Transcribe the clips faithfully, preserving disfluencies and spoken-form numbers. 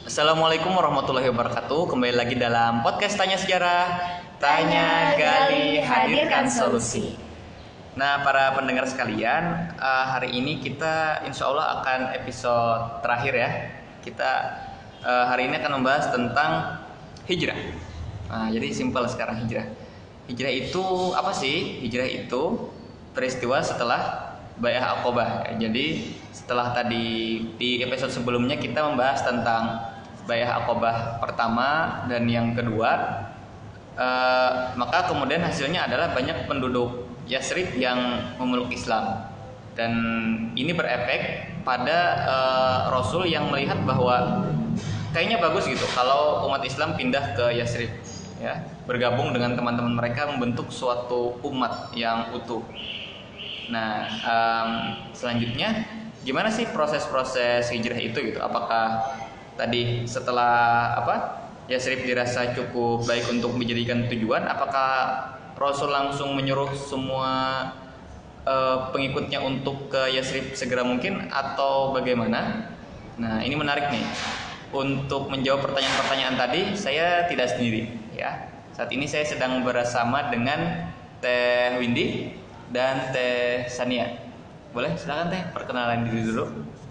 Assalamualaikum warahmatullahi wabarakatuh. Kembali lagi dalam podcast Tanya Sejarah. Tanya, gali, hadirkan solusi. Nah, para pendengar sekalian, uh, hari ini kita insya Allah akan episode terakhir ya. Kita uh, hari ini akan membahas tentang hijrah. Nah, jadi simpel sekarang hijrah. Hijrah itu apa sih? Hijrah itu peristiwa setelah Bai'ah Aqabah. Jadi setelah tadi di episode sebelumnya kita membahas tentang Bai'ah Aqabah pertama dan yang kedua, uh, maka kemudian hasilnya adalah banyak penduduk Yasrib yang memeluk Islam, dan ini berefek pada uh, Rasul yang melihat bahwa kayaknya bagus gitu kalau umat Islam pindah ke Yasrib, ya, bergabung dengan teman-teman mereka membentuk suatu umat yang utuh. Nah, um, selanjutnya gimana sih proses-proses hijrah itu gitu? Apakah tadi setelah apa Yasrib dirasa cukup baik untuk dijadikan tujuan, apakah Rasul langsung menyuruh semua uh, pengikutnya untuk ke Yasrib segera mungkin atau bagaimana? Nah, ini menarik nih. Untuk menjawab pertanyaan-pertanyaan tadi saya tidak sendiri ya. Saat ini saya sedang bersama dengan Teh Windy dan Teh Sania. Boleh silakan Teh perkenalan diri dulu.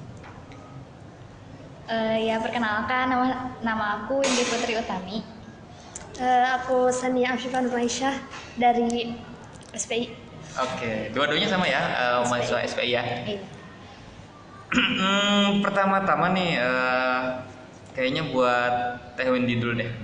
Uh, ya perkenalkan, nama nama aku Windy Putri Utami. Uh, aku Sania Afifah Nuraisyah dari S P I. Oke, dua-duanya sama ya, uh, mahasiswa S P I ya. Iya. Hmm, pertama-tama nih, uh, kayaknya buat Teh Windy dulu deh.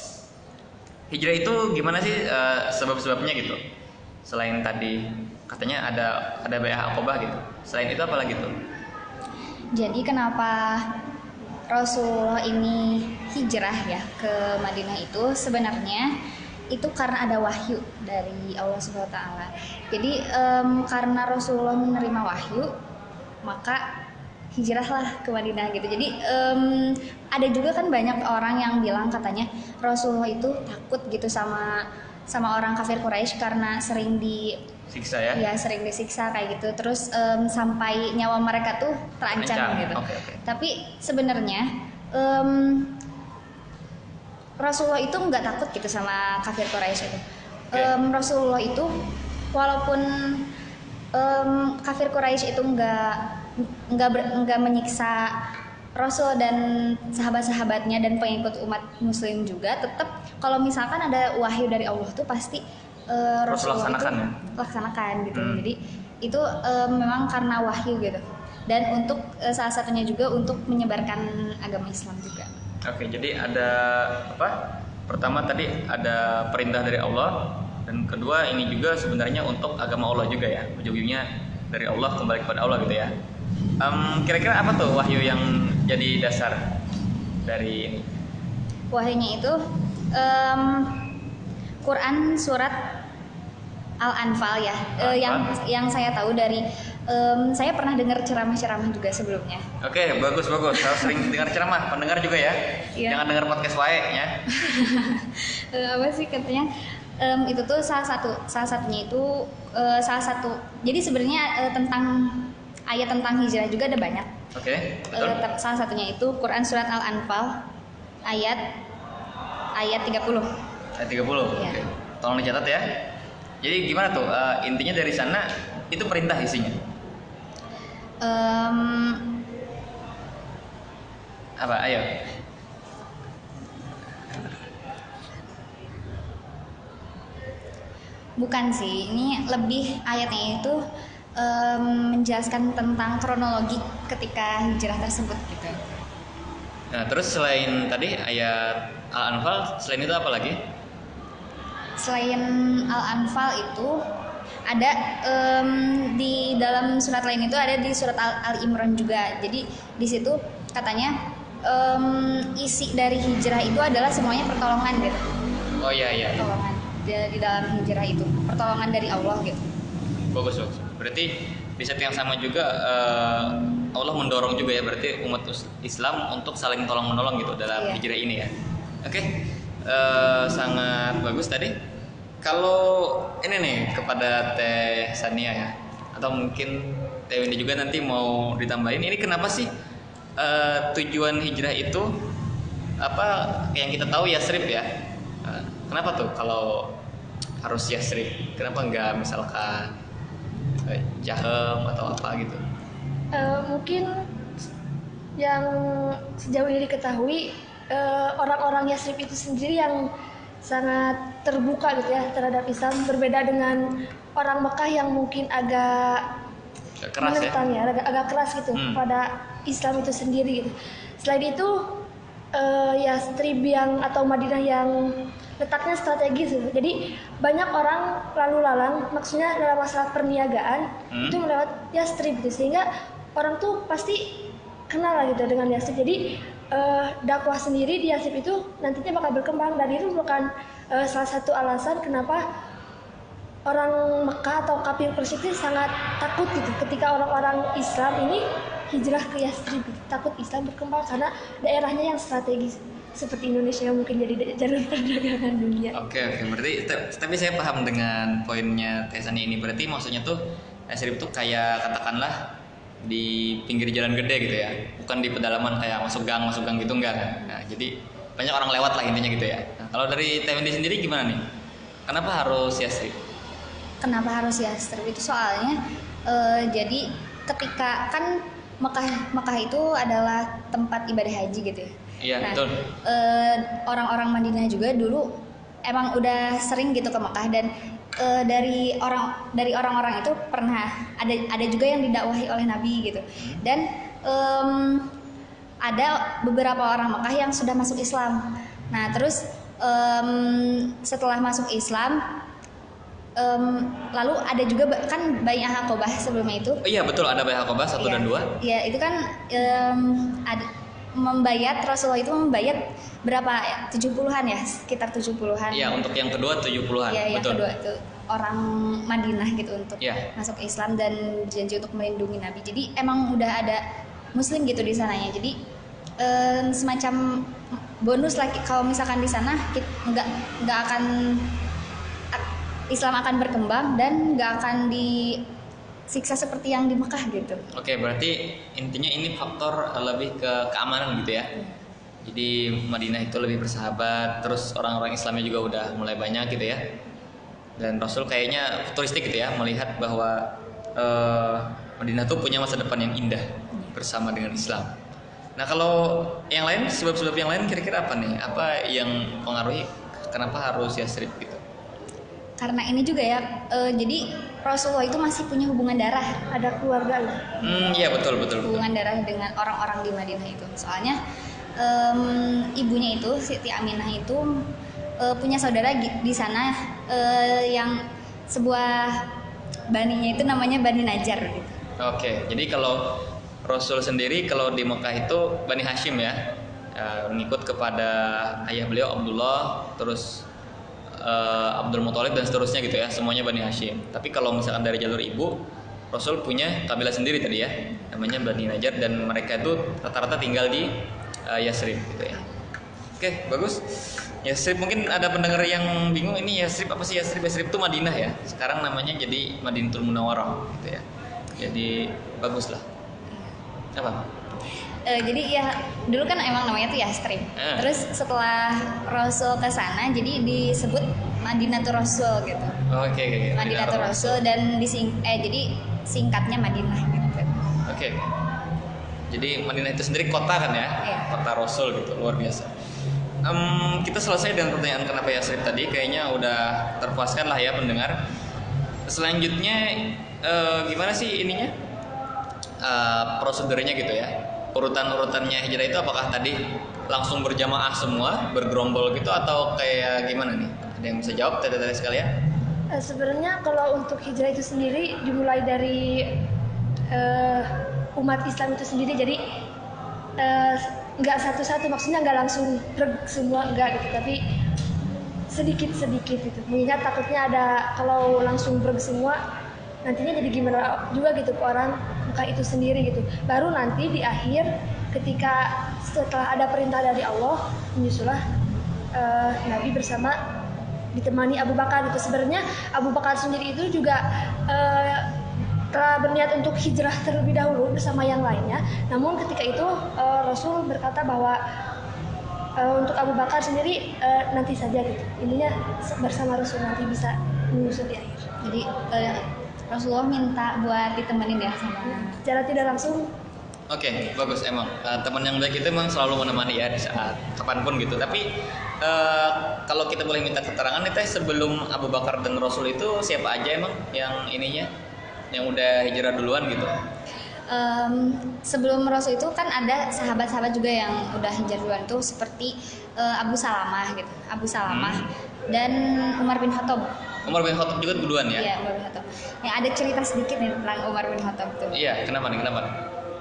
Hijrah itu gimana sih uh, sebab-sebabnya gitu? Selain tadi katanya ada ada Bai'ah Aqabah gitu. Selain itu apa lagi tuh? Jadi kenapa Rasulullah ini hijrah ya ke Madinah itu sebenarnya itu karena ada wahyu dari Allah Subhanahu wa taala. Jadi um, karena Rasulullah menerima wahyu, maka hijrahlah ke Madinah gitu. Jadi um, ada juga kan banyak orang yang bilang katanya Rasulullah itu takut gitu sama sama orang kafir Quraisy karena sering di siksa ya? Ya sering disiksa kayak gitu. Terus um, sampai nyawa mereka tuh terancam Terancam. gitu. Okay, okay. Tapi sebenarnya um, Rasulullah itu nggak takut gitu sama kafir Quraisy itu. Okay. Um, Rasulullah itu walaupun um, kafir Quraisy itu nggak nggak nggak menyiksa Rasul dan sahabat-sahabatnya dan pengikut umat Muslim juga, tetap kalau misalkan ada wahyu dari Allah tuh pasti Uh, Rasulullah itu ya? laksanakan gitu. Hmm. Jadi itu uh, memang karena wahyu gitu. Dan untuk uh, salah satunya juga untuk menyebarkan agama Islam juga. Oke, jadi ada apa? Pertama tadi ada perintah dari Allah, dan kedua ini juga sebenarnya untuk agama Allah juga ya. Ujung-ujungnya dari Allah kembali kepada Allah gitu ya. Um, kira-kira apa tuh wahyu yang jadi dasar dari ini? Wahyunya itu um, Quran surat Al-Anfal ya. Al-Anfal. Uh, yang yang saya tahu dari um, saya pernah dengar ceramah-ceramah juga sebelumnya. Oke, okay, bagus bagus. Saya sering dengar ceramah, pendengar juga ya. Yeah. Jangan dengar podcast wae ya. uh, apa sih katanya? Um, itu tuh salah satu salah satunya itu uh, salah satu. Jadi sebenarnya uh, tentang ayat tentang hijrah juga ada banyak. Oke, okay, betul. Uh, salah satunya itu Quran surat Al-Anfal ayat ayat tiga puluh. Ayat tiga puluh. Ya. Oke. Okay. Tolong dicatat ya. Jadi gimana tuh uh, intinya dari sana itu perintah isinya? Um, apa? Ayo. Bukan sih, ini lebih ayatnya itu um, menjelaskan tentang kronologi ketika hijrah tersebut gitu. Nah, terus selain tadi ayat Al-Anfal, selain itu apa lagi? Selain Al-Anfal itu ada um, di dalam surat lain itu ada di surat Al-Imran juga. Jadi di situ katanya um, isi dari hijrah itu adalah semuanya pertolongan gitu. Oh iya iya. Pertolongan di, di dalam hijrah itu pertolongan dari Allah gitu. Bagus bagus. Berarti di saat yang sama juga uh, Allah mendorong juga ya berarti umat Islam untuk saling tolong menolong gitu dalam iya. hijrah ini ya. Oke. Okay. Uh, sangat bagus tadi. Kalau ini nih kepada Teh Sania ya, atau mungkin Teh Windy juga nanti mau ditambahin. Ini kenapa sih uh, tujuan hijrah itu apa yang kita tahu Yasrib ya. Nah, kenapa tuh kalau harus Yasrib? Kenapa nggak misalkan eh, Jahem atau apa gitu? Uh, mungkin yang sejauh ini diketahui uh, orang-orang Yasrib itu sendiri yang sangat terbuka gitu ya terhadap Islam, berbeda dengan orang Mekah yang mungkin agak keras menentang ya, ya agak, agak keras gitu hmm. pada Islam itu sendiri gitu. Selain itu uh, Yasrib yang atau Madinah yang letaknya strategis gitu. Jadi banyak orang lalu lalang, maksudnya dalam masalah perniagaan hmm. itu melewat Yasrib gitu, sehingga orang tuh pasti kenal lah gitu dengan Yasrib. Jadi uh, dakwah sendiri di Yasrib itu nantinya bakal berkembang, dan itu merupakan uh, salah satu alasan kenapa orang Mekah atau kafir Quraisy itu sangat takut gitu ketika orang-orang Islam ini hijrah ke Yasrib gitu. Takut Islam berkembang karena daerahnya yang strategis seperti Indonesia yang mungkin jadi jalur perdagangan dunia. Oke oke, berarti tapi saya paham dengan poinnya Tesani ini. Berarti maksudnya tuh Yasrib tuh kayak katakanlah di pinggir jalan gede gitu ya, bukan di pedalaman kayak masuk gang masuk gang gitu enggak. Nah jadi banyak orang lewat lah intinya gitu ya. Nah, kalau dari Temendi sendiri gimana nih? Kenapa harus Yasrib? Kenapa harus Yasrib itu soalnya uh, jadi ketika kan Mekah Mekah itu adalah tempat ibadah haji gitu ya. Iya nah, betul. Uh, orang-orang Madinah juga dulu emang udah sering gitu ke Mekah, dan uh, dari orang dari orang-orang itu pernah ada ada juga yang didakwahi oleh Nabi gitu. Dan um, ada beberapa orang Mekah yang sudah masuk Islam. Nah terus um, setelah masuk Islam Um, lalu ada juga kan Bai'ah Aqabah sebelumnya itu. Oh, iya betul, ada Bai'ah Aqabah satu iya, dan dua. Iya itu kan um, ada, membayat Rasulullah itu membayat berapa ya? tujuh puluhan ya, sekitar tujuh puluhan. Iya, untuk yang kedua tujuh puluhan. Iya, yang betul. kedua itu orang Madinah gitu untuk ya. masuk Islam dan janji untuk melindungi Nabi. Jadi emang udah ada Muslim gitu di sananya. Jadi um, semacam bonus lagi kalau misalkan di sana nggak nggak akan Islam akan berkembang dan nggak akan disiksa seperti yang di Mekah gitu. Oke, berarti intinya ini faktor lebih ke keamanan gitu ya. Hmm. Jadi Madinah itu lebih bersahabat, terus orang-orang Islamnya juga udah mulai banyak gitu ya. Dan Rasul kayaknya futuristik gitu ya, melihat bahwa uh, Madinah tuh punya masa depan yang indah bersama dengan Islam. Nah kalau yang lain, sebab-sebab yang lain kira-kira apa nih? Apa yang mempengaruhi kenapa harus Yasrib gitu? Karena ini juga ya, e, jadi Rasulullah itu masih punya hubungan darah, ada keluarga. Hmm, iya betul betul. Hubungan betul. darah dengan orang-orang di Madinah itu. Soalnya um, ibunya itu Siti Aminah itu e, punya saudara di sana e, yang sebuah baninya itu namanya Bani Najjar gitu. Oke, jadi kalau Rasul sendiri kalau di Mekah itu Bani Hashim ya, e, mengikut kepada ayah beliau Abdullah, terus Uh, Abdul Muthalib dan seterusnya gitu ya, semuanya Bani Hashim. Tapi kalau misalkan dari jalur ibu, Rasul punya kabilah sendiri tadi ya, namanya Bani Najjar, dan mereka itu rata-rata tinggal di uh, Yasrib gitu ya. Oke, bagus. Yasrib, mungkin ada pendengar yang bingung ini Yasrib apa sih? Yasrib Yasrib itu Madinah ya. Sekarang namanya jadi Madinatul Munawwarah gitu ya. Jadi bagus lah. Apa? Uh, jadi ya dulu kan emang namanya tuh Yasrib. Uh. Terus setelah Rasul ke sana jadi disebut Madinatul Rasul gitu. Oke, okay, okay. Madinatul Rasul dan dising eh jadi singkatnya Madinah gitu. Oke. Okay. Jadi Madinah itu sendiri kota kan ya? Yeah. Kota Rasul gitu, luar biasa. Um, kita selesai dengan pertanyaan kenapa Yasrib tadi, kayaknya udah terpuaskan lah ya pendengar. Selanjutnya uh, gimana sih ininya? Uh, prosedurnya gitu ya. Urutan-urutannya hijrah itu apakah tadi langsung berjamaah semua, bergerombol gitu, atau kayak gimana nih? Ada yang bisa jawab tadi-tadi sekalian? Uh, sebenarnya kalau untuk hijrah itu sendiri dimulai dari uh, umat Islam itu sendiri, jadi nggak uh, satu-satu, maksudnya nggak langsung breg semua, nggak gitu, tapi sedikit-sedikit gitu. Mengingat takutnya ada kalau langsung breg semua nantinya jadi gimana juga gitu ke orang Mekah itu sendiri gitu. Baru nanti di akhir ketika setelah ada perintah dari Allah menyusulah uh, Nabi bersama ditemani Abu Bakar gitu. Sebenarnya Abu Bakar sendiri itu juga uh, telah berniat untuk hijrah terlebih dahulu bersama yang lainnya. Namun ketika itu uh, Rasul berkata bahwa uh, untuk Abu Bakar sendiri uh, nanti saja gitu. Intinya bersama Rasul nanti bisa menyusul di akhir. Jadi uh, Rasulullah minta buat ditemenin ya sama. Secara tidak langsung. Oke, okay, bagus emang. Uh, teman yang baik itu emang selalu menemani ya di saat kapanpun gitu. Tapi uh, kalau kita boleh minta keterangan nih Teh, sebelum Abu Bakar dan Rasul itu siapa aja emang yang ininya, yang udah hijrah duluan gitu? Um, sebelum Rasul itu kan ada sahabat-sahabat juga yang udah hijrah duluan tuh seperti uh, Abu Salamah gitu, Abu Salamah hmm. dan Umar bin Khattab. Umar bin Khattab juga duluan ya? Iya, Umar bin Khattab. Yang ada cerita sedikit nih tentang Umar bin Khattab tuh. Iya, kenapa nih? Kenapa nih?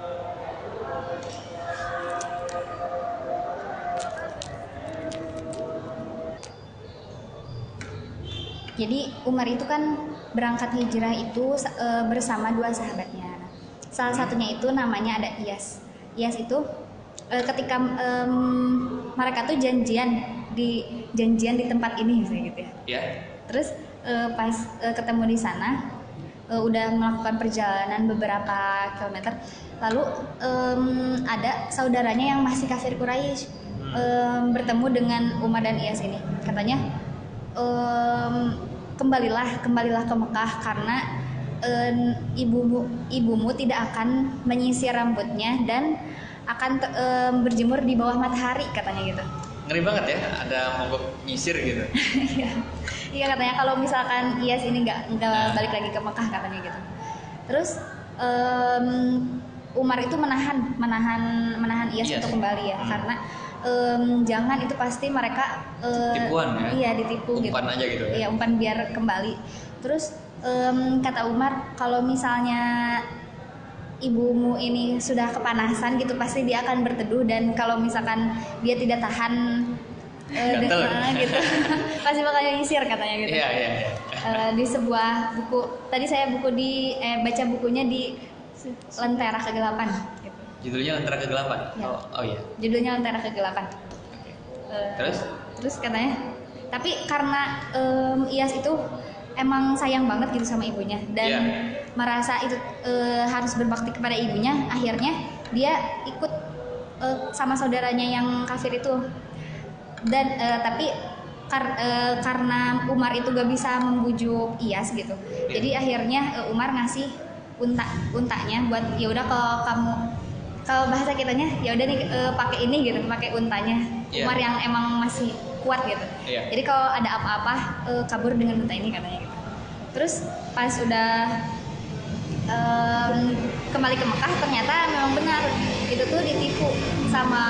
Jadi Umar itu kan berangkat hijrah itu e, bersama dua sahabatnya. Salah satunya itu namanya ada Iyas. Iyas itu e, ketika e, mereka tuh janjian di janjian di tempat ini gitu ya. Yeah. Terus e, pas e, ketemu di sana e, udah melakukan perjalanan beberapa kilometer. Lalu e, ada saudaranya yang masih kafir Quraisy e, bertemu dengan Umar dan Iyas ini. Katanya Um, kembalilah kembalilah ke Mekah karena um, ibumu ibumu tidak akan menyisir rambutnya dan akan um, berjemur di bawah matahari katanya gitu. Ngeri banget ya, ada mogok nyisir gitu. Iya katanya kalau misalkan Iyas ini nggak nggak nah. balik lagi ke Mekah katanya gitu. Terus um, Umar itu menahan menahan menahan Iyas yes. untuk kembali ya hmm. karena Um, jangan itu pasti mereka uh, tipuan ya? Iya ditipu umpan gitu. aja gitu ya? Iya umpan biar kembali. Terus um, kata Umar kalau misalnya ibumu ini sudah kepanasan gitu pasti dia akan berteduh dan kalau misalkan dia tidak tahan uh, dengan, gitu pasti bakal nyisir katanya gitu. Iya iya. iya. Uh, di sebuah buku tadi saya buku di eh, baca bukunya di Lentera Kegelapan. Gitu. Judulnya Lentera Kegelapan. Ya. Oh, oh iya. Judulnya Lentera Kegelapan. Okay. Uh, terus? Terus katanya, tapi karena um, Iyas itu emang sayang banget gitu sama ibunya dan yeah. merasa itu uh, harus berbakti kepada ibunya, akhirnya dia ikut uh, sama saudaranya yang kafir itu. Dan uh, tapi kar, uh, karena Umar itu gak bisa membujuk Iyas gitu, yeah. jadi akhirnya uh, Umar ngasih unta untanya buat ya udah kalau kamu kalau bahasa kitanya ya udah nih e, pakai ini gitu, pakai untanya yeah. Umar yang emang masih kuat gitu. Yeah. Jadi kalau ada apa-apa e, kabur dengan unta ini katanya gitu. Terus pas udah e, kembali ke Mekah ternyata memang benar itu tuh ditipu sama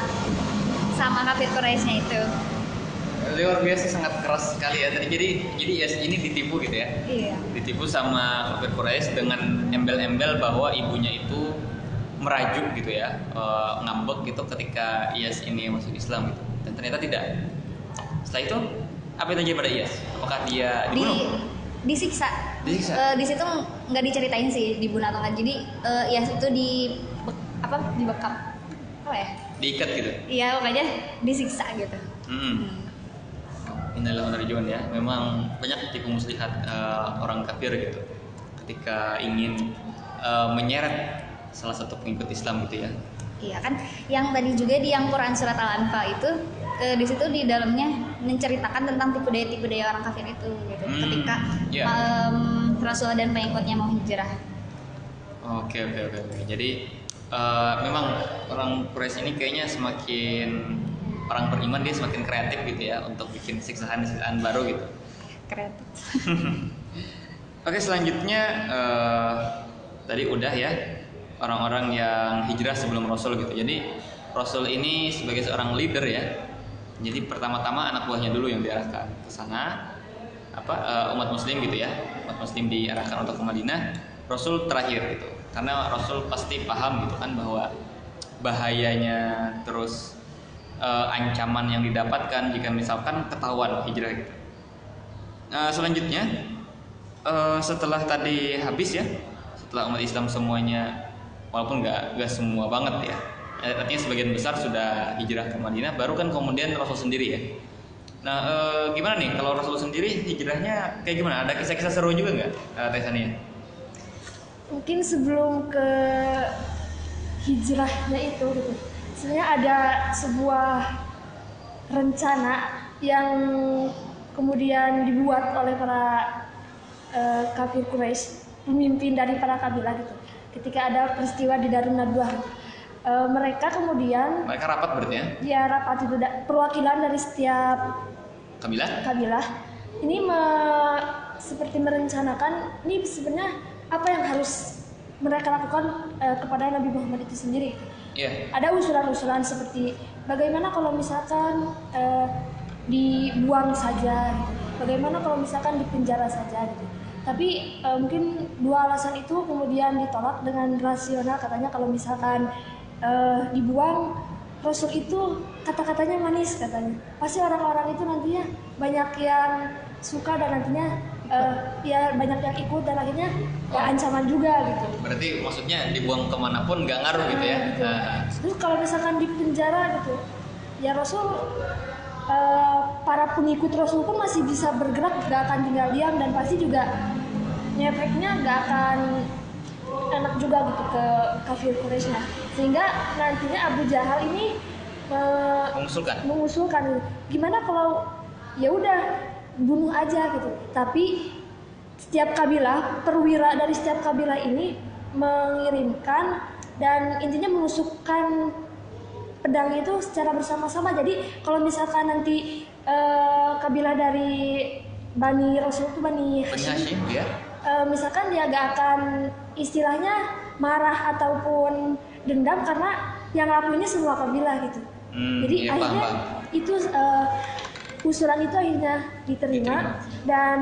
sama kafir Quraisynya itu. Luar biasa, sangat keras sekali ya tadi. Jadi jadi ya ini ditipu gitu ya. Iya. Ditipu sama kafir Quraisy dengan embel-embel bahwa ibunya itu merajuk gitu ya, e, ngambek gitu ketika Iyas ini masuk Islam gitu. Dan ternyata tidak. Setelah itu apa yang terjadi pada Iyas? Apakah dia dibunuh? Di, disiksa. Disiksa. E, di situ nggak diceritain sih dibunuh atau nggak. Jadi e, Iyas itu di apa dibekap apa ya? Diikat gitu. Iya, makanya disiksa gitu. Hmm. hmm. Inilah menerjuan ya. Memang banyak tipu muslihat uh, orang kafir gitu. Ketika ingin uh, menyeret salah satu pengikut Islam gitu ya. Iya kan, yang tadi juga di yang Quran surat Al-Anfal itu e, di situ di dalamnya menceritakan tentang tipu daya tipu daya orang kafir itu gitu. Hmm, ketika yeah. um, Rasulullah dan pengikutnya mau hijrah. Oke oke oke oke. Jadi uh, memang orang Quraisy ini kayaknya semakin orang beriman dia semakin kreatif gitu ya untuk bikin siksaan-siksaan baru gitu. Kreatif. Oke, selanjutnya uh, tadi udah ya. Orang-orang yang hijrah sebelum Rasul gitu. Jadi Rasul ini sebagai seorang leader ya. Jadi pertama-tama anak buahnya dulu yang diarahkan ke sana. Apa uh, umat Muslim gitu ya. Umat Muslim diarahkan untuk ke Madinah. Rasul terakhir gitu. Karena Rasul pasti paham gitu kan bahwa bahayanya terus uh, ancaman yang didapatkan jika misalkan ketahuan hijrah gitu. Uh, selanjutnya uh, setelah tadi habis ya. Setelah umat Islam semuanya, walaupun nggak nggak semua banget ya, artinya sebagian besar sudah hijrah ke Madinah, baru kan kemudian Rasul sendiri ya. Nah, e, gimana nih kalau Rasul sendiri hijrahnya kayak gimana? Ada kisah-kisah seru juga nggak, e, Tesania? Mungkin sebelum ke hijrahnya itu, gitu. Sebenarnya ada sebuah rencana yang kemudian dibuat oleh para uh, kafir Quraisy, pemimpin dari para kabilah gitu. Ketika ada peristiwa di Darun Nadwah, uh, mereka kemudian mereka rapat berarti ya? Ya rapat itu perwakilan dari setiap kabilah. Kabilah ini me, seperti merencanakan ini sebenarnya apa yang harus mereka lakukan uh, kepada Nabi Muhammad itu sendiri. Yeah. Ada usulan-usulan seperti bagaimana kalau misalkan uh, dibuang saja, gitu. Bagaimana kalau misalkan dipenjara saja, gitu. Tapi uh, mungkin dua alasan itu kemudian ditolak dengan rasional, katanya kalau misalkan uh, dibuang, Rasul itu kata-katanya manis katanya. Pasti orang-orang itu nantinya banyak yang suka dan nantinya uh, ya banyak yang ikut dan akhirnya oh. ya ancaman juga gitu. Berarti maksudnya dibuang kemanapun nggak ngaruh gitu ya? Gitu. Nah. Terus kalau misalkan di penjara gitu, ya Rasul uh, para pengikut Rasul pun masih bisa bergerak, nggak akan tinggal diam dan pasti juga efeknya nggak akan enak juga gitu ke kafir Quraisy. Sehingga nantinya Abu Jahal ini uh, mengusulkan mengusulkan gimana kalau ya udah bunuh aja gitu. Tapi setiap kabilah, perwira dari setiap kabilah ini mengirimkan dan intinya menusukkan pedang itu secara bersama-sama. Jadi kalau misalkan nanti uh, kabilah dari Bani Rasul itu Bani Hashim, ya. uh, misalkan dia gak akan istilahnya marah ataupun dendam karena yang ngelakuinnya semua kabilah gitu. Hmm, Jadi iya, akhirnya paham, paham. itu uh, usulan itu akhirnya diterima, diterima. dan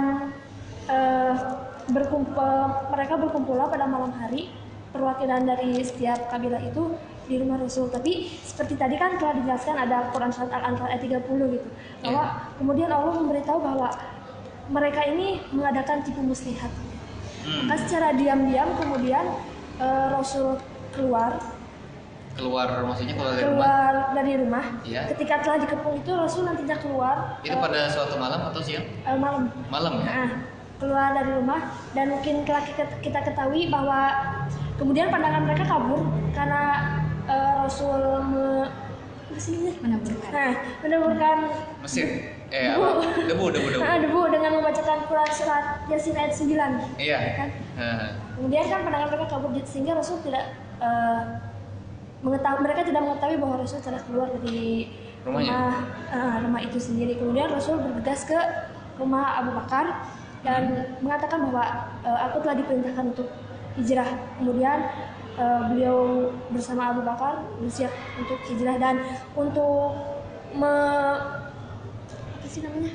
uh, berkumpul mereka berkumpul pada malam hari, perwakilan dari setiap kabilah itu di rumah Rasul. Tapi seperti tadi kan telah dijelaskan ada Quran surat Al-Anfal ayat tiga puluh gitu. Bahwa yeah. kemudian Allah memberitahu bahwa mereka ini mengadakan tipu muslihat. Hmm. Maka secara diam-diam kemudian uh, Rasul keluar keluar maksudnya keluar dari keluar rumah. dari rumah. Ya. Ketika telah dikepung itu Rasul nantinya keluar. Itu uh, pada suatu malam atau siang? Uh, malam. Malam ya. Nah, keluar dari rumah dan mungkin telah kita ketahui bahwa kemudian pandangan mereka kabur karena uh, Rasul me, menaburkan. Nah, menaburkan Mesir. Eh apa? Debu, debu, debu. Nah, debu dengan membacakan Quran surat Yasin ayat sembilan. Iya. Kan? Uh. Kemudian kan pandangan mereka kabur sehingga Rasul tidak uh, mengetahui, mereka tidak mengetahui bahwa Rasul telah keluar dari rumahnya, rumah, uh, rumah itu sendiri. Kemudian Rasul bergegas ke rumah Abu Bakar dan hmm. mengatakan bahwa uh, aku telah diperintahkan untuk hijrah. Kemudian uh, beliau bersama Abu Bakar bersiap untuk hijrah dan untuk me, apa sih namanya?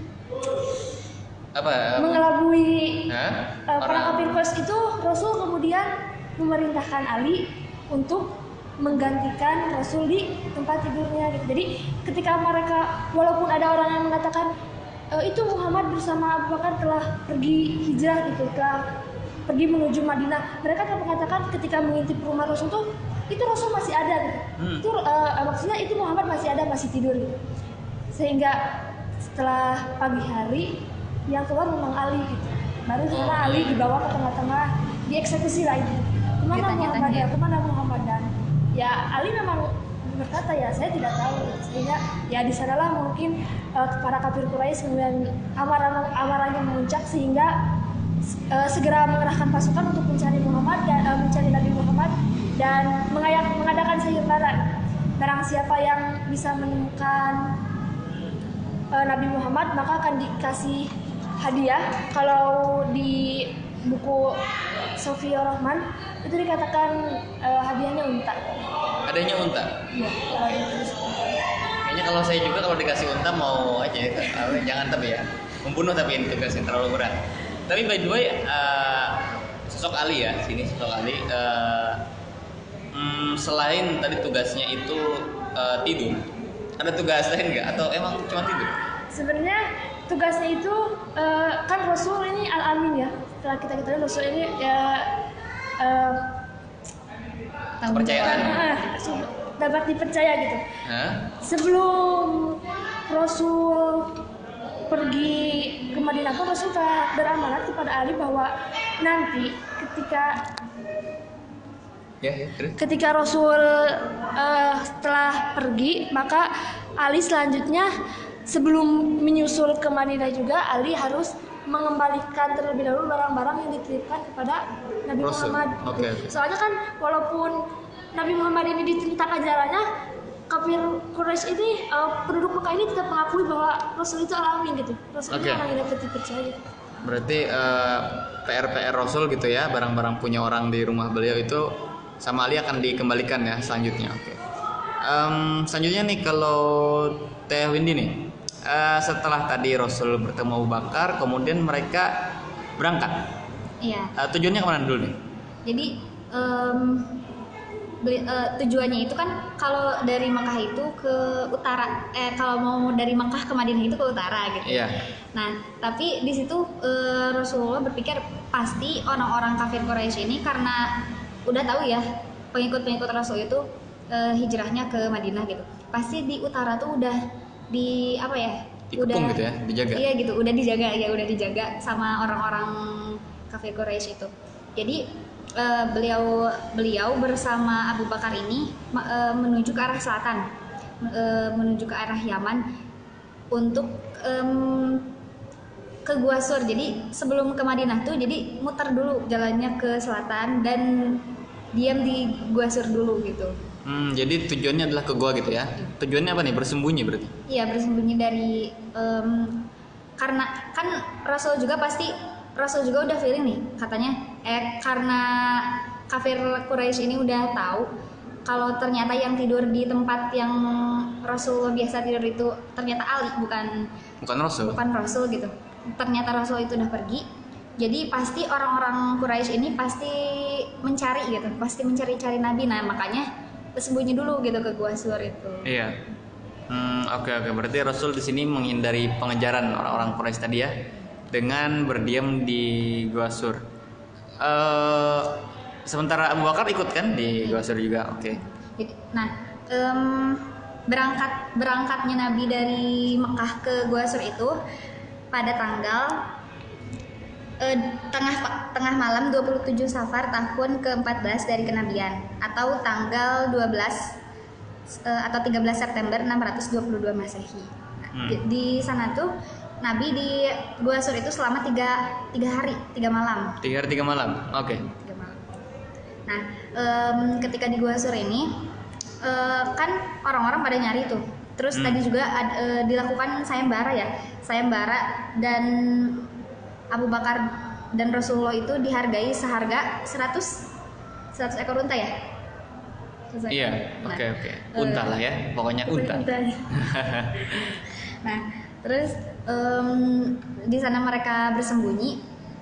Apa? mengelabui huh? uh, para kafir Quraisy itu. Rasul kemudian memerintahkan Ali untuk menggantikan Rasul di tempat tidurnya gitu. Jadi ketika mereka, walaupun ada orang yang mengatakan e, itu Muhammad bersama Abu Bakar telah pergi hijrah gitu, telah pergi menuju Madinah, mereka telah mengatakan ketika mengintip rumah Rasul tuh itu Rasul masih ada gitu. Hmm. Itu uh, maksudnya itu Muhammad masih ada, masih tidur gitu. Sehingga setelah pagi hari yang keluar memang Ali gitu. Baru setelah Ali dibawa ke tengah-tengah, dieksekusi lagi. Kemana Muhammad ya? Kemana Muhammad dan ya Ali memang berkata ya saya tidak tahu. Sehingga ya di sanalah mungkin uh, para kafir Quraisy kemudian amarah amarahnya memuncak sehingga uh, segera mengerahkan pasukan untuk mencari Muhammad dan uh, mencari Nabi Muhammad dan mengayak, mengadakan sayembara. Barang siapa yang bisa menemukan uh, Nabi Muhammad maka akan dikasih hadiah. Kalau di buku Sofia Rahman itu dikatakan uh, hadiahnya unta. Adanya unta? Iya. Kayaknya kalau saya juga kalau dikasih unta mau aja ya. Jangan tapi ya. Membunuh tapi ini tugasnya terlalu berat. Tapi by the way, uh, sosok Ali ya, sini sosok Ali. Uh, hmm, selain tadi tugasnya itu uh, tidur, ada tugas lain nggak? Atau emang cuma tidur? Sebenarnya tugasnya itu uh, kan Rasul ini Al-Amin ya. Setelah kita ketahui Rasul ini ya uh, kepercayaan uh, dapat dipercaya gitu. Hah? Sebelum Rasul pergi ke Madinah pun Rasul telah beramanat kepada Ali bahwa nanti ketika ya, ya, terus? ketika Rasul uh, setelah pergi maka Ali selanjutnya sebelum menyusul ke Madinah juga Ali harus mengembalikan terlebih dahulu barang-barang yang dititipkan kepada Nabi Rasul. Muhammad. Okay, okay. Soalnya kan walaupun Nabi Muhammad ini diceritakan ajarannya, kafir Quraisy ini uh, penduduk Mekah ini tidak mengakui bahwa Rasul itu alami gitu. Rasul Okay. itu orang yang dapat dipercaya. Berarti uh, P R P R Rasul gitu ya, barang-barang punya orang di rumah beliau itu sama Ali akan dikembalikan ya selanjutnya. Oke. Okay. Um, selanjutnya nih kalau Teh Windy nih, uh, setelah tadi Rasul bertemu Abu Bakar, kemudian mereka berangkat. Iya. Uh, tujuannya kemana dulu nih? Jadi um, beli, uh, tujuannya itu kan kalau dari Mekah itu ke utara, eh kalau mau dari Mekah ke Madinah itu ke utara gitu. Iya. Nah, tapi di situ uh, Rasulullah berpikir pasti orang-orang kafir Quraisy ini karena udah tahu ya pengikut-pengikut Rasul itu uh, hijrahnya ke Madinah gitu. Pasti di utara tuh udah di apa ya? Dikepung udah gitu ya, dijaga. Iya gitu, udah dijaga ya, udah dijaga sama orang-orang kafir Quraisy itu. Jadi uh, beliau beliau bersama Abu Bakar ini uh, menuju ke arah selatan, uh, menuju ke arah Yaman untuk um, ke Gua Sur. Jadi sebelum ke Madinah tuh jadi muter dulu jalannya ke selatan dan diam di Gua Sur dulu gitu. Hmm, jadi tujuannya adalah ke gua gitu ya. Tujuannya apa nih? Bersembunyi berarti? Iya, bersembunyi dari um, karena kan Rasul juga pasti Rasul juga udah feeling nih katanya eh karena kafir Quraisy ini udah tahu kalau ternyata yang tidur di tempat yang Rasul biasa tidur itu ternyata Ali bukan Bukan Rasul. bukan Rasul gitu. Ternyata Rasul itu udah pergi. Jadi pasti orang-orang Quraisy ini pasti mencari gitu, pasti mencari-cari Nabi. Nah, makanya bersembunyi dulu gitu ke Gua Sur itu. Iya. Hmm, oke oke. Berarti Rasul di sini menghindari pengejaran orang-orang Quraisy tadi ya, dengan berdiam di Gua Sur. Uh, sementara Abu Bakar ikut kan di Gua Sur juga. Oke. Jadi, nah, um, berangkat berangkatnya Nabi dari Mekah ke Gua Sur itu pada tanggal uh, tengah tengah malam dua puluh tujuh Safar tahun keempat belas dari kenabian atau tanggal dua belas uh, atau tiga belas September enam ratus dua puluh dua Masehi. Nah, Hmm. di, di sana tuh Nabi di Gua Sur itu selama tiga, tiga hari, tiga malam. Tiga hari tiga malam. Oke. Tiga malam. Nah, um, ketika di Gua Sur ini uh, kan orang-orang pada nyari tuh. Terus Hmm. tadi juga ad, uh, dilakukan sayembara ya, sayembara dan Abu Bakar dan Rasulullah itu dihargai seharga seratus ekor unta ya. seratus Iya. ekor. Oke Nah, oke. Unta lah ya. Pokoknya unta. Nah, terus um, di sana mereka bersembunyi.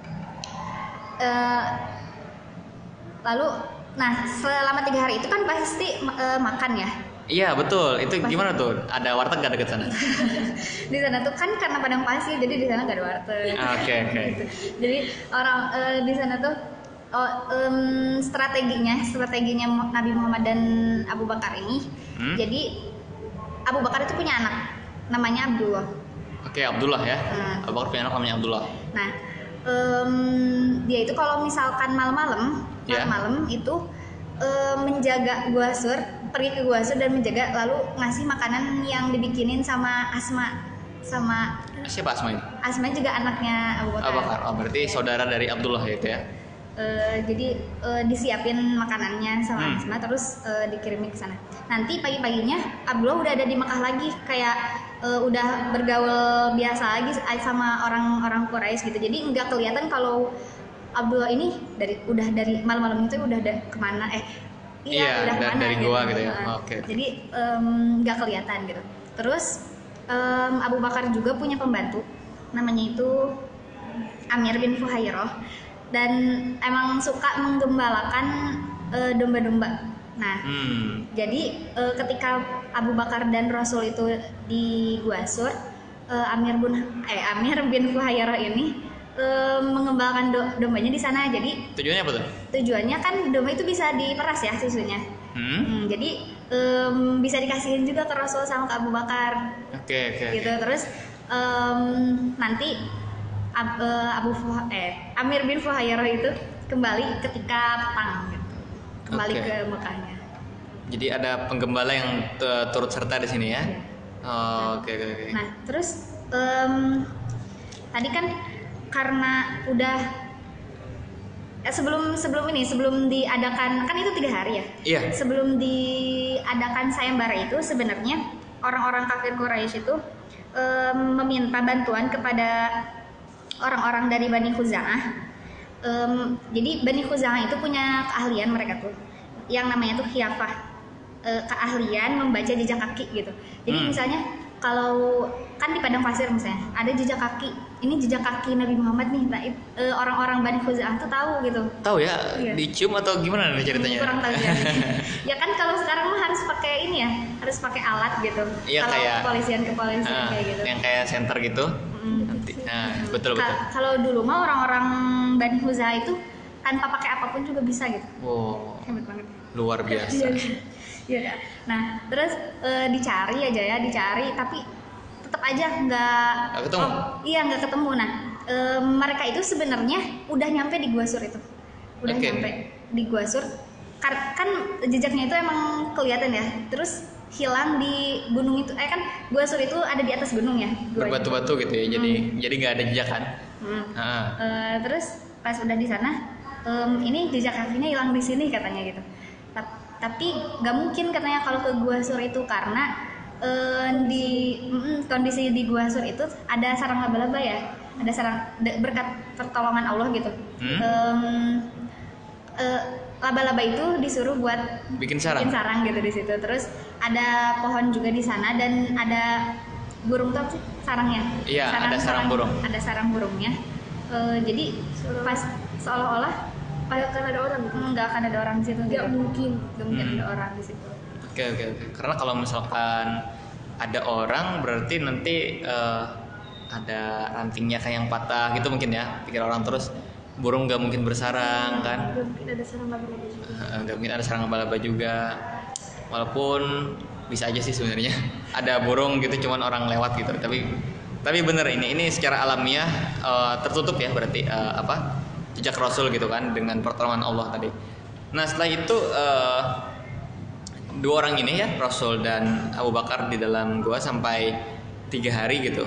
Uh, lalu, nah selama tiga hari itu kan pasti uh, makan ya. Iya betul. Itu Pasti. gimana tuh? Ada warteg nggak dekat sana? Di sana tuh kan karena padang pasir, jadi di sana nggak ada warteg. Oke oke. Jadi orang uh, di sana tuh oh, um, strateginya, strateginya Nabi Muhammad dan Abu Bakar ini. Hmm? Jadi Abu Bakar itu punya anak, namanya Abdullah. Oke Abdullah ya. Hmm. Abu Bakar punya anak namanya Abdullah. Nah, um, dia itu kalau misalkan malam-malam, Ya. malam-malam itu um, menjaga Gua Sur, pergi ke Gua Sur dan menjaga, lalu ngasih makanan yang dibikinin sama Asma, sama Siapa Asma ini? Asma juga anaknya Abu Bakar. Abu Bakar. Oh berarti saudara dari Abdullah itu ya. Uh, jadi uh, disiapin makanannya sama Hmm. Asma, terus uh, dikirimin ke sana. Nanti pagi-paginya Abdullah udah ada di Mekah lagi, kayak uh, udah bergaul biasa lagi sama orang-orang Quraisy gitu. Jadi nggak kelihatan kalau Abdullah ini dari udah dari malam-malam itu udah ada kemana eh Iya, iya udah dari- kemana dari gitu. gua gitu ya. Nah, Oke. Jadi em, nggak kelihatan gitu. Terus em, Abu Bakar juga punya pembantu, namanya itu Amir bin Fuhairah, dan emang suka menggembalakan eh, domba-domba. Nah, Hmm. jadi eh, ketika Abu Bakar dan Rasul itu di Gua Sur, eh, Amir bin eh Amir bin Fuhairah ini eh, mengembalakan do- dombanya di sana. Jadi Tujuannya apa tuh? tujuannya kan domba itu bisa diperas ya susunya. Hmm. Hmm, jadi em, bisa dikasihin juga ke Rasul sama ke Abu Bakar Oke oke. gitu. oke. Terus em, nanti Ab- eh, Abu Fuha- eh Amir bin Fuhairah itu kembali ketika petang gitu. Kembali Oke. ke Mekahnya. Jadi ada penggembala yang t- turut serta di sini ya. Oh, oke oke oke. Nah terus um, tadi kan karena udah eh, sebelum sebelum ini sebelum diadakan kan itu tiga hari ya. Iya. Sebelum diadakan sayembara itu sebenarnya orang-orang kafir Quraisy itu um, meminta bantuan kepada orang-orang dari Bani Khuza'ah. Um, jadi Bani Khuza'ah itu punya keahlian mereka tuh yang namanya tuh khiyafah, uh, keahlian membaca jejak kaki gitu. Jadi hmm. misalnya kalau kan di padang pasir misalnya ada jejak kaki, ini jejak kaki Nabi Muhammad nih, nah, uh, orang-orang Bani Khuza'ah tuh tahu gitu. Tahu ya, iya. Dicium atau gimana nih ceritanya? Kurang tahu ya. Ya kan kalau sekarang mah harus pakai ini ya, harus pakai alat gitu. Iya, kalau kayak kepolisian-kepolisian uh, kayak gitu. Yang kayak center gitu. Hmm. Nah, betul betul. Ka- kalau dulu mah orang-orang Bani Khuza'ah itu tanpa pakai apapun juga bisa gitu. Wow. Hebat banget. Luar biasa. Iya. Nah, terus e, dicari aja ya, dicari tapi tetap aja nggak ketemu. Oh, iya, nggak ketemu. Nah, e, mereka itu sebenarnya udah nyampe di Gua Sur itu. Udah okay. nyampe di Gua Sur. Kan jejaknya itu emang kelihatan ya. Terus hilang di gunung itu. Eh kan Gua Sur itu ada di atas gunung ya. Berbatu-batu gitu ya. Jadi hmm. jadi nggak ada jejak kan. Hmm. E, terus pas udah di sana, um, ini jejak kakinya hilang di sini katanya gitu. Tapi nggak mungkin katanya kalau ke Gua Sur itu karena uh, di mm, kondisi di Gua Sur itu ada sarang laba-laba ya, ada sarang berkat pertolongan Allah gitu. Hmm? Um, uh, laba-laba itu disuruh buat bikin sarang, bikin sarang gitu di situ. Terus ada pohon juga di sana dan ada burung tuh sarangnya. Iya, sarang, ada sarang, sarang burung. Ada sarang burungnya. Uh, jadi pas seolah-olah akan ada orang gitu. Nggak akan ada orang di situ. Nggak gitu. mungkin. Nggak mungkin hmm. ada orang di situ. Oke oke oke. Karena kalau misalkan ada orang berarti nanti uh, ada rantingnya kayak yang patah gitu mungkin ya. Pikir orang terus burung nggak mungkin bersarang kan? Nggak mungkin ada sarang laba-laba juga. Nggak mungkin ada sarang laba-laba juga. Walaupun bisa aja sih sebenarnya ada burung gitu cuman orang lewat gitu. Tapi tapi bener ini ini secara alamiah uh, tertutup ya berarti uh, apa? Jejak Rasul gitu kan dengan pertolongan Allah tadi. Nah setelah itu uh, dua orang ini ya Rasul dan Abu Bakar di dalam gua sampai tiga hari gitu.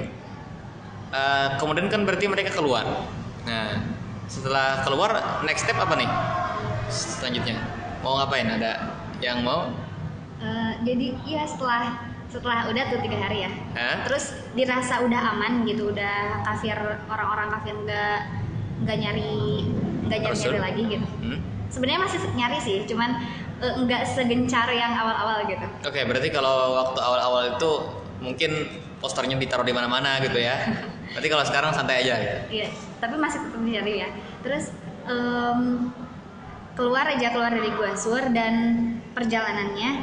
Uh, kemudian kan berarti mereka keluar. Nah setelah keluar next step apa nih selanjutnya? Mau ngapain? Ada yang mau? Uh, jadi ya setelah setelah udah tuh tiga hari ya. Hah? Terus dirasa udah aman gitu, udah kafir orang-orang kafir nggak nggak nyari nggak nyari, nyari lagi gitu. Hmm? Sebenarnya masih nyari sih, cuman uh, nggak segencar yang awal-awal gitu. Oke, okay, berarti kalau waktu awal-awal itu mungkin posternya ditaruh di mana-mana gitu ya. Berarti kalau sekarang santai aja gitu. Iya, tapi masih tetap nyari ya. Terus um, keluar aja keluar dari Gua Sur dan perjalanannya.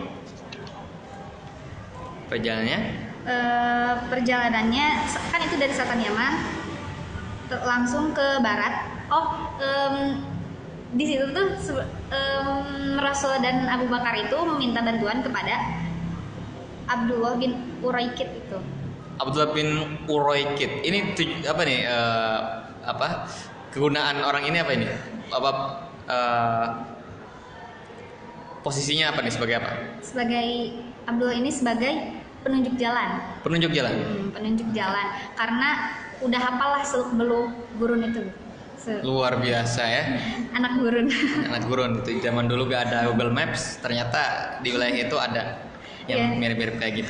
Perjalanannya? Uh, perjalanannya kan itu dari selatan Yaman langsung ke barat. Oh, um, di situ tuh um, Rasul dan Abu Bakar itu meminta bantuan kepada Abdullah bin Uraikid itu. Abdullah bin Uraikid. Ini tuj- apa nih? Uh, apa? Kegunaan orang ini apa ini? Apa? Uh, posisinya apa nih? Sebagai apa? Sebagai Abdullah ini sebagai penunjuk jalan. Penunjuk jalan. Hmm, penunjuk jalan. Karena udah hafal lah seluk beluk gurun itu. Se- Luar biasa ya. Anak gurun. Anak gurun itu zaman dulu gak ada Google Maps, ternyata di wilayah itu ada yang yeah. mirip-mirip kayak gitu.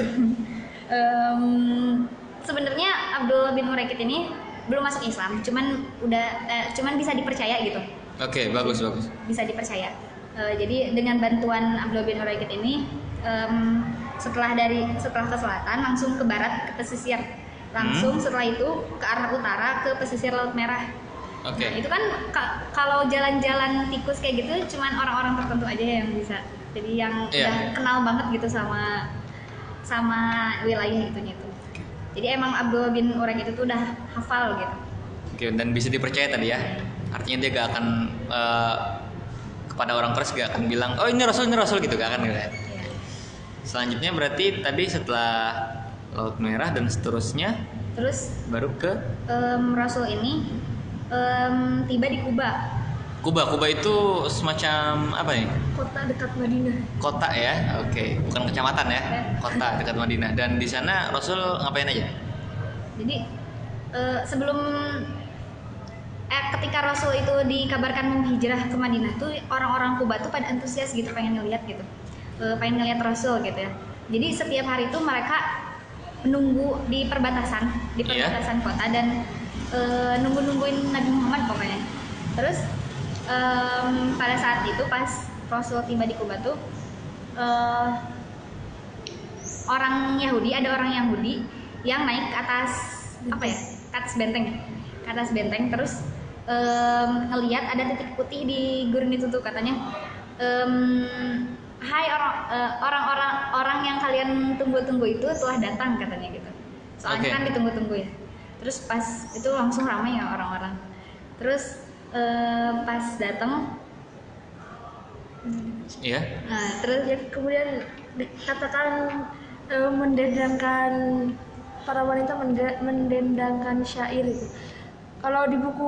um, Sebenarnya Abdullah bin Uraikid ini belum masuk Islam, cuman udah, eh, cuman bisa dipercaya gitu. Oke, okay, bagus bagus. Bisa dipercaya. Uh, jadi dengan bantuan Abdullah bin Uraikid ini, um, setelah dari setelah ke selatan langsung ke barat ke pesisir. Langsung hmm. setelah itu ke arah utara ke pesisir Laut Merah. Oke. Okay. Nah, itu kan ka- kalau jalan-jalan tikus kayak gitu cuman orang-orang tertentu aja yang bisa. Jadi yang yeah. udah kenal banget gitu sama sama wilayah itunya itu. Okay. Jadi emang Abdullah bin Uraikid itu tuh udah hafal gitu. Oke, okay, dan bisa dipercaya tadi ya. Artinya dia gak akan uh, kepada orang terus gak akan bilang, "Oh, ini Rasul, ini Rasul" gitu, gak akan gitu ya. Yeah. Selanjutnya berarti tadi setelah Laut Merah dan seterusnya terus baru ke um, Rasul ini um, tiba di Kuba. Kuba, Kuba itu semacam apa nih? Kota dekat Madinah. Kota ya, oke, bukan kecamatan ya, kota dekat Madinah. Dan di sana Rasul ngapain aja? Jadi uh, sebelum eh, ketika Rasul itu dikabarkan hijrah ke Madinah tuh orang-orang Kuba tuh pada antusias gitu, pengen ngeliat gitu, uh, pengen ngeliat Rasul gitu ya. Jadi setiap hari itu mereka menunggu di perbatasan, di perbatasan yeah. kota dan uh, nunggu-nungguin Nabi Muhammad pokoknya. Terus Um, pada saat itu pas Rasul tiba di Kuba tuh uh, orang Yahudi ada orang Yahudi yang naik ke atas apa ya ke atas benteng ke atas benteng terus um, ngelihat ada titik putih di gurun itu tuh katanya um, hai orang uh, orang-orang orang yang kalian tunggu-tunggu itu telah datang katanya gitu soalnya okay. kan ditunggu-tunggu ya terus pas itu langsung ramai ya orang-orang terus Uh, pas datang, iya. Yeah. Nah, terus ya, kemudian dikatakan uh, mendendangkan para wanita mendendangkan syair itu. Kalau di buku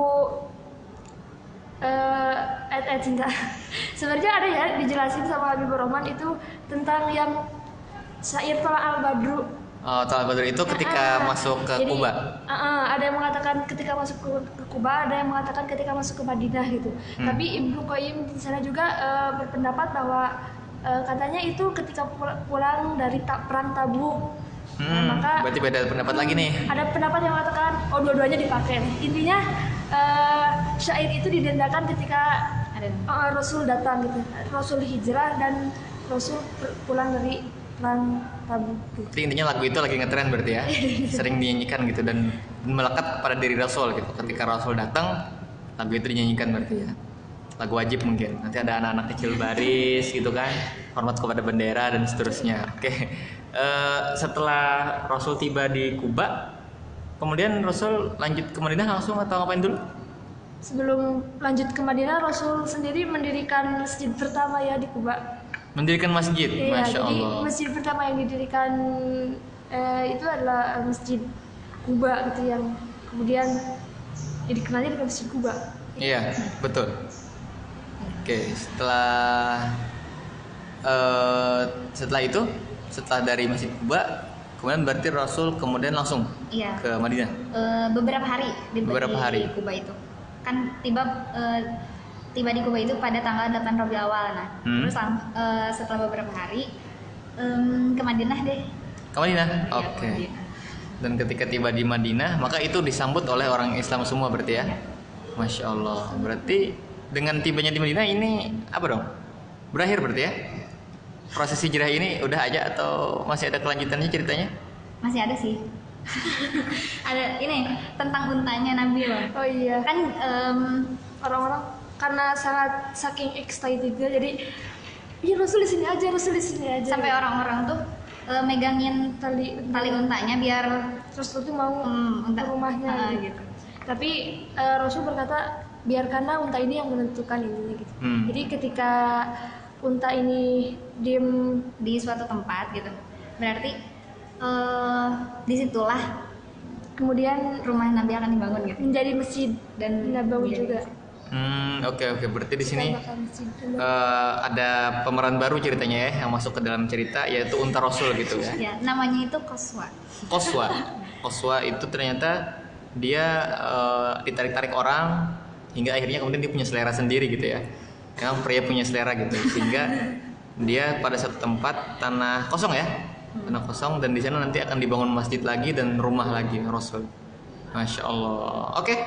uh, ayat-ayat cinta, sebenarnya ada ya dijelasin sama Habibur Rahman itu tentang yang syair Thala al-Badru. Oh, Thala al-Badru itu ketika uh, masuk ke jadi, Kuba. Uh, uh, ada yang mengatakan ketika masuk ke, ke Kuba, ada yang mengatakan ketika masuk ke Madinah gitu. Hmm. Tapi Ibnu Qayyim di sana juga uh, berpendapat bahwa uh, katanya itu ketika pulang dari ta- perang Tabuk. Hmm, nah, maka berarti beda pendapat hmm, lagi nih. Ada pendapat yang mengatakan oh dua-duanya dipakai. Intinya uh, syair itu didendakan ketika uh, Rasul datang gitu. Rasul hijrah dan Rasul pulang dari perang Tabuk. Jadi intinya lagu itu lagi ngetren berarti ya, sering dinyanyikan gitu dan melekat pada diri Rasul gitu. Ketika Rasul datang, lagu itu dinyanyikan berarti ya. Lagu wajib mungkin. Nanti ada anak-anak kecil baris gitu kan, hormat kepada bendera dan seterusnya. Oke, uh, setelah Rasul tiba di Kuba, kemudian Rasul lanjut ke Madinah langsung atau ngapain dulu? Sebelum lanjut ke Madinah, Rasul sendiri mendirikan masjid pertama ya di Kuba. Mendirikan masjid, iya, Masya jadi Allah. Masjid pertama yang didirikan eh, itu adalah Masjid Kuba gitu yang kemudian jadi dikenalnya dengan Masjid Kuba. Iya, betul. Oke, setelah uh, setelah itu, setelah dari Masjid Kuba, kemudian berarti Rasul kemudian langsung iya. ke Madinah. Uh, beberapa hari di, beberapa hari di Kuba itu, kan tiba. Uh, tiba di Kuba itu pada tanggal delapan Rabiul Awal. Nah, hmm. terus uh, setelah beberapa hari um, ke Madinah deh. Ke Madinah? Oke. Okay. Dan ketika tiba di Madinah, maka itu disambut oleh orang Islam semua berarti ya? Ya. Masya Allah. Berarti dengan tibanya di Madinah ini apa dong? Berakhir berarti ya? Proses hijrah ini udah aja atau masih ada kelanjutannya ceritanya? Masih ada sih. Ada ini tentang untanya Nabi loh. Oh iya. Kan um, orang-orang karena sangat saking excitednya jadi ya Rasul di sini aja Rasul di sini aja sampai gitu. Orang-orang tuh uh, megangin tali tali untanya biar Rasul tuh mau hmm, unta rumahnya uh, gitu. gitu. Tapi uh, Rasul berkata biarkanlah unta ini yang menentukan ininya gitu. Hmm. Jadi ketika unta ini diem di suatu tempat gitu berarti uh, disitulah kemudian rumah Nabi akan dibangun gitu menjadi masjid dan Nabawi juga. Hmm, oke okay, oke. Okay. Berarti di sini uh, ada pemeran baru ceritanya ya yang masuk ke dalam cerita yaitu unta Rasul gitu ya. Ya, namanya itu Qaswa. Qaswa. Qaswa itu ternyata dia uh, ditarik-tarik orang hingga akhirnya kemudian dia punya selera sendiri gitu ya. Yang pria punya selera gitu sehingga dia pada satu tempat tanah kosong ya. Tanah kosong dan di sana nanti akan dibangun masjid lagi dan rumah lagi Rasul. Masya Allah. Oke. Okay.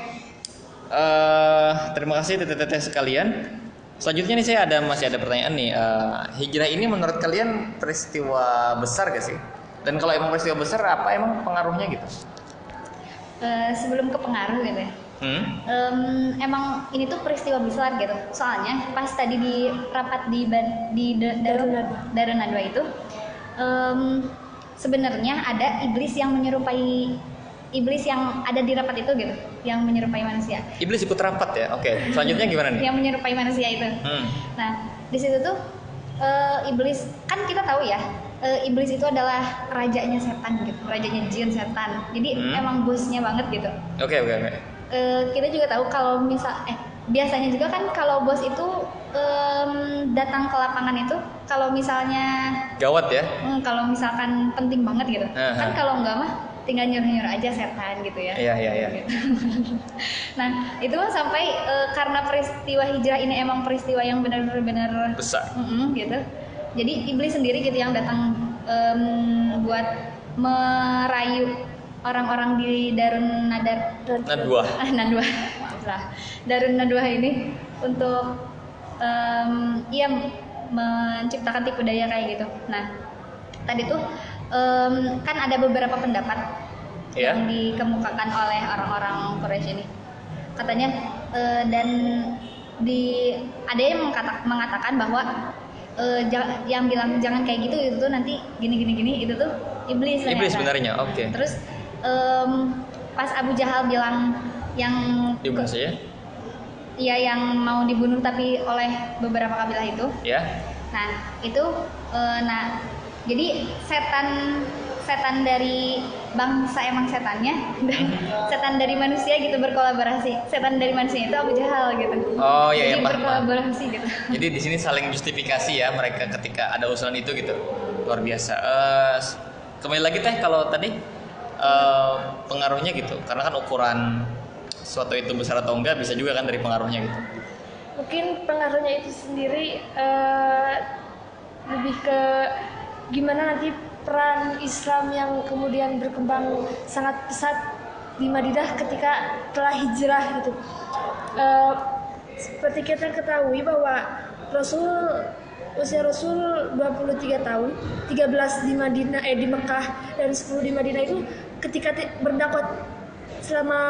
Uh, terima kasih teteh-teteh sekalian. Selanjutnya nih saya ada masih ada pertanyaan nih. Uh, hijrah ini menurut kalian peristiwa besar gak sih? Dan kalau emang peristiwa besar, apa emang pengaruhnya gitu? Uh, sebelum ke pengaruh gitu ya. Hmm? Um, emang ini tuh peristiwa besar gitu. Soalnya pas tadi di rapat di di Darun Nadwa itu, um, sebenarnya ada iblis yang menyerupai iblis yang ada di rapat itu gitu, yang menyerupai manusia. Iblis ikut rapat ya, oke. Okay. Selanjutnya gimana nih? Yang menyerupai manusia itu. Hmm. Nah, di situ tuh uh, iblis kan kita tahu ya, uh, iblis itu adalah rajanya setan gitu, rajanya jin setan. Jadi hmm. emang bosnya banget gitu. Oke okay, oke okay, oke. Okay. Uh, kita juga tahu kalau misal eh biasanya juga kan kalau bos itu um, datang ke lapangan itu kalau misalnya gawat ya. Hmm, kalau misalkan penting banget gitu. Uh-huh. Kan kalau enggak mah tinggal nyuruh-nyuruh aja setan gitu ya. Iya iya iya. Nah, itu mah sampai uh, karena peristiwa hijrah ini emang peristiwa yang benar-benar besar. Mm-mm, gitu. Jadi iblis sendiri gitu yang datang um, buat merayu orang-orang di Darun Nadar Nadwa. Ah, Nadwa. Lah. Darun Nadwa ini untuk um, ia menciptakan tipu daya kayak gitu. Nah, tadi tuh um, kan ada beberapa pendapat yeah. yang dikemukakan oleh orang-orang Quraisy ini. Katanya uh, dan di ada yang mengata, mengatakan bahwa uh, j- yang bilang jangan kayak gitu itu tuh nanti gini-gini gini itu tuh iblis. Iblis sebenarnya. Oke. Okay. Terus um, pas Abu Jahal bilang yang dibunuh saja. Iya, yang mau dibunuh tapi oleh beberapa kabilah itu. Ya. Nah, itu e, nah jadi setan setan dari bangsa emang setannya dan setan dari manusia gitu berkolaborasi. Setan dari manusia itu Abu Jahal gitu. Oh iya, jadi ya, berkolaborasi gitu. Jadi di sini saling justifikasi ya mereka ketika ada usulan itu gitu. Luar biasa. Uh, kembali lagi teh kalau tadi uh, pengaruhnya gitu. Karena kan ukuran suatu itu besar atau enggak bisa juga kan dari pengaruhnya gitu. Mungkin pengaruhnya itu sendiri uh, lebih ke gimana nanti peran Islam yang kemudian berkembang sangat pesat di Madinah ketika telah hijrah gitu. Uh, seperti kita ketahui bahwa Rasul usia Rasul dua puluh tiga tahun, tiga belas di Madinah eh di Mekah dan sepuluh di Madinah itu ketika t- berdakwah selama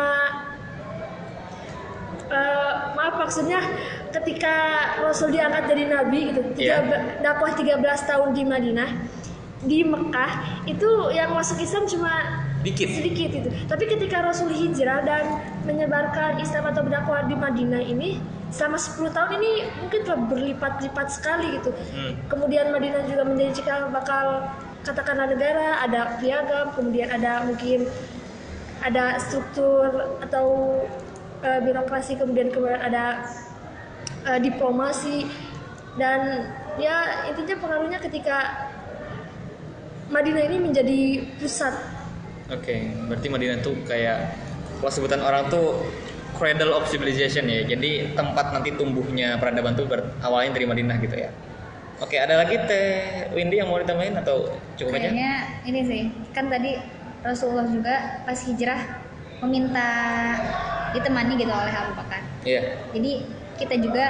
Uh, maaf maksudnya ketika Rasul diangkat jadi nabi gitu, yeah. dakwah tiga belas tahun di Madinah, di Mekah itu yang masuk Islam cuma dikit. sedikit itu. Tapi ketika Rasul hijrah dan menyebarkan Islam atau berdakwah di Madinah ini selama sepuluh tahun ini mungkin telah berlipat-lipat sekali gitu. Hmm. Kemudian Madinah juga menjadi cikal bakal katakanlah negara, ada piagam, kemudian ada mungkin ada struktur atau Uh, birokrasi, kemudian kemudian ada uh, diplomasi dan ya intinya pengaruhnya ketika Madinah ini menjadi pusat. Oke, okay, berarti Madinah tuh kayak kalau sebutan orang tuh cradle of civilization ya. Jadi tempat nanti tumbuhnya peradaban tuh awalnya dari Madinah gitu ya. Oke, okay, ada lagi Teh Windy yang mau ditambahin atau cukup aja? Kayaknya ini sih, kan tadi Rasulullah juga pas hijrah meminta ditemani gitu oleh Abu Bakar. Iya. Yeah. Jadi kita juga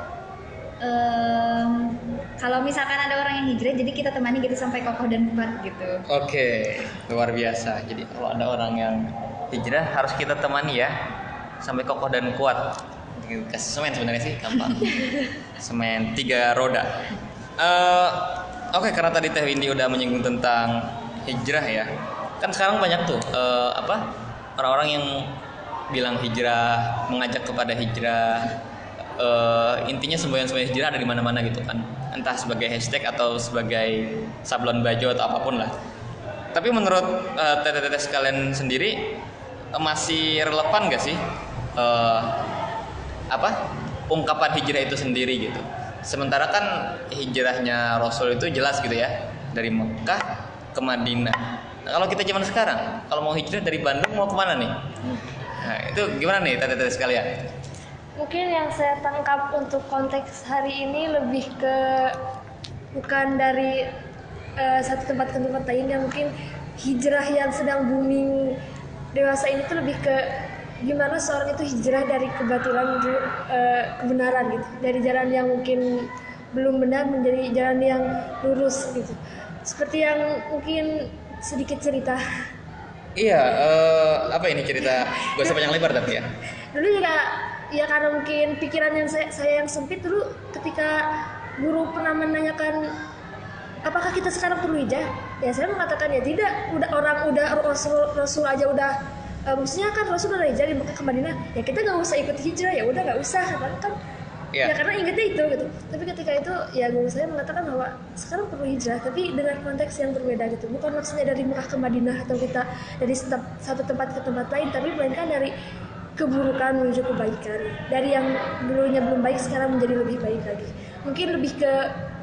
um, kalau misalkan ada orang yang hijrah, jadi kita temani gitu sampai kokoh dan kuat gitu. Oke, okay. Luar biasa. Jadi kalau ada orang yang hijrah harus kita temani ya sampai kokoh dan kuat. Kasih semen sebenarnya sih gampang. Semen tiga roda. Uh, Oke, okay, karena tadi Teh Windy udah menyinggung tentang hijrah ya. Kan sekarang banyak tuh uh, apa orang-orang yang bilang hijrah, mengajak kepada hijrah. Uh, intinya semboyan-semboyan hijrah ada di mana-mana gitu kan. Entah sebagai hashtag atau sebagai sablon baju atau apapun lah. Tapi menurut uh, teteh-teteh sekalian sendiri uh, masih relevan gak sih uh, apa ungkapan hijrah itu sendiri gitu? Sementara kan hijrahnya Rasul itu jelas gitu ya, dari Mekah ke Madinah. Nah, kalau kita zaman sekarang, kalau mau hijrah dari Bandung mau kemana nih? Nah, itu gimana nih teteh-teteh sekalian? Mungkin yang saya tangkap untuk konteks hari ini lebih ke bukan dari uh, satu tempat ke tempat lainnya, mungkin hijrah yang sedang booming dewasa ini tuh lebih ke gimana seorang itu hijrah dari kebatilan menuju uh, kebenaran gitu, dari jalan yang mungkin belum benar menjadi jalan yang lurus gitu. Seperti yang mungkin sedikit cerita. Iya, uh, apa ini cerita? Gak usah panjang lebar tapi ya. Dulu juga ya karena mungkin pikiran yang saya, saya yang sempit dulu ketika guru pernah menanyakan apakah kita sekarang perlu hijrah? Ya saya mengatakan ya tidak. Udah orang udah Rasul Rasul aja udah uh, maksudnya kan Rasul udah hijrah di Mekah ke Madinah. Ya kita nggak usah ikut hijrah, ya udah nggak usah kan kan. Yeah. Ya karena ingetnya itu gitu. Tapi ketika itu ya guru saya mengatakan bahwa sekarang perlu hijrah, tapi dengan konteks yang berbeda gitu. Bukan maksudnya dari Mekah ke Madinah atau kita dari satu tempat ke tempat lain, tapi melainkan dari keburukan menuju kebaikan, dari yang dulunya belum baik sekarang menjadi lebih baik lagi. Mungkin lebih ke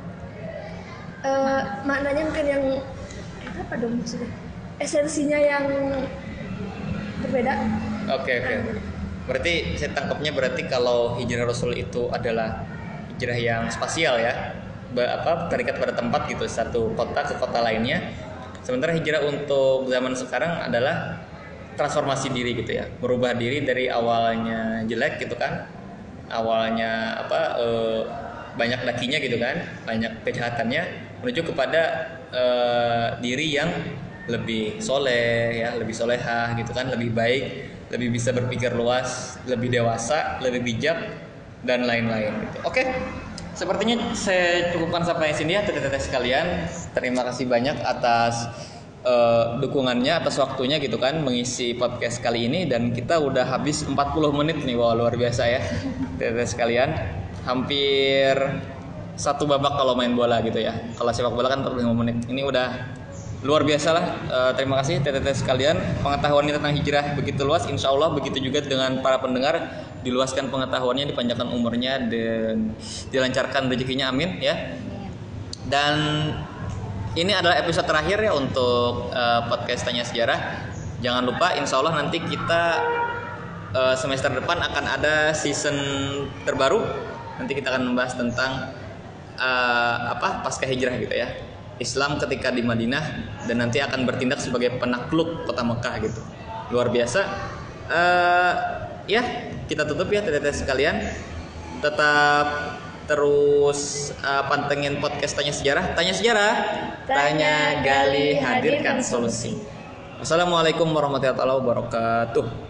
uh, maknanya mungkin yang apa dong maksudnya, esensinya yang berbeda. Oke oke. Berarti saya tangkapnya berarti kalau hijrah Rasul itu adalah hijrah yang spasial ya, apa terikat pada tempat gitu, satu kota ke kota lainnya. Sementara hijrah untuk zaman sekarang adalah transformasi diri gitu ya, merubah diri dari awalnya jelek gitu kan, awalnya apa e, banyak dakinya gitu kan, banyak kejahatannya, menuju kepada e, diri yang lebih soleh ya, lebih solehah gitu kan, lebih baik, lebih bisa berpikir luas, lebih dewasa, lebih bijak dan lain-lain gitu. Oke. Sepertinya saya cukupkan sampai sini ya teman-teman sekalian. Terima kasih banyak atas uh, dukungannya, atas waktunya gitu kan mengisi podcast kali ini, dan kita udah habis empat puluh menit nih. Wah, luar biasa ya teman-teman sekalian. Hampir satu babak kalau main bola gitu ya. Kalau sepak bola kan empat puluh lima menit. Ini udah luar biasa lah. Uh, terima kasih teman-teman sekalian. Pengetahuannya tentang hijrah begitu luas. Insya Allah begitu juga dengan para pendengar, diluaskan pengetahuannya, dipanjangkan umurnya, dan dilancarkan rezekinya, amin ya. Dan ini adalah episode terakhir ya untuk uh, podcast Tanya Sejarah. Jangan lupa insya Allah nanti kita uh, semester depan akan ada season terbaru. Nanti kita akan membahas tentang uh, apa pasca hijrah gitu ya, Islam ketika di Madinah, dan nanti akan bertindak sebagai penakluk kota Mekah gitu. Luar biasa. uh, Ya, kita tutup ya teman-teman sekalian. Tetap terus uh, pantengin podcast Tanya Sejarah. Tanya Sejarah, tanya, gali, hadirkan solusi. Wassalamualaikum warahmatullahi wabarakatuh.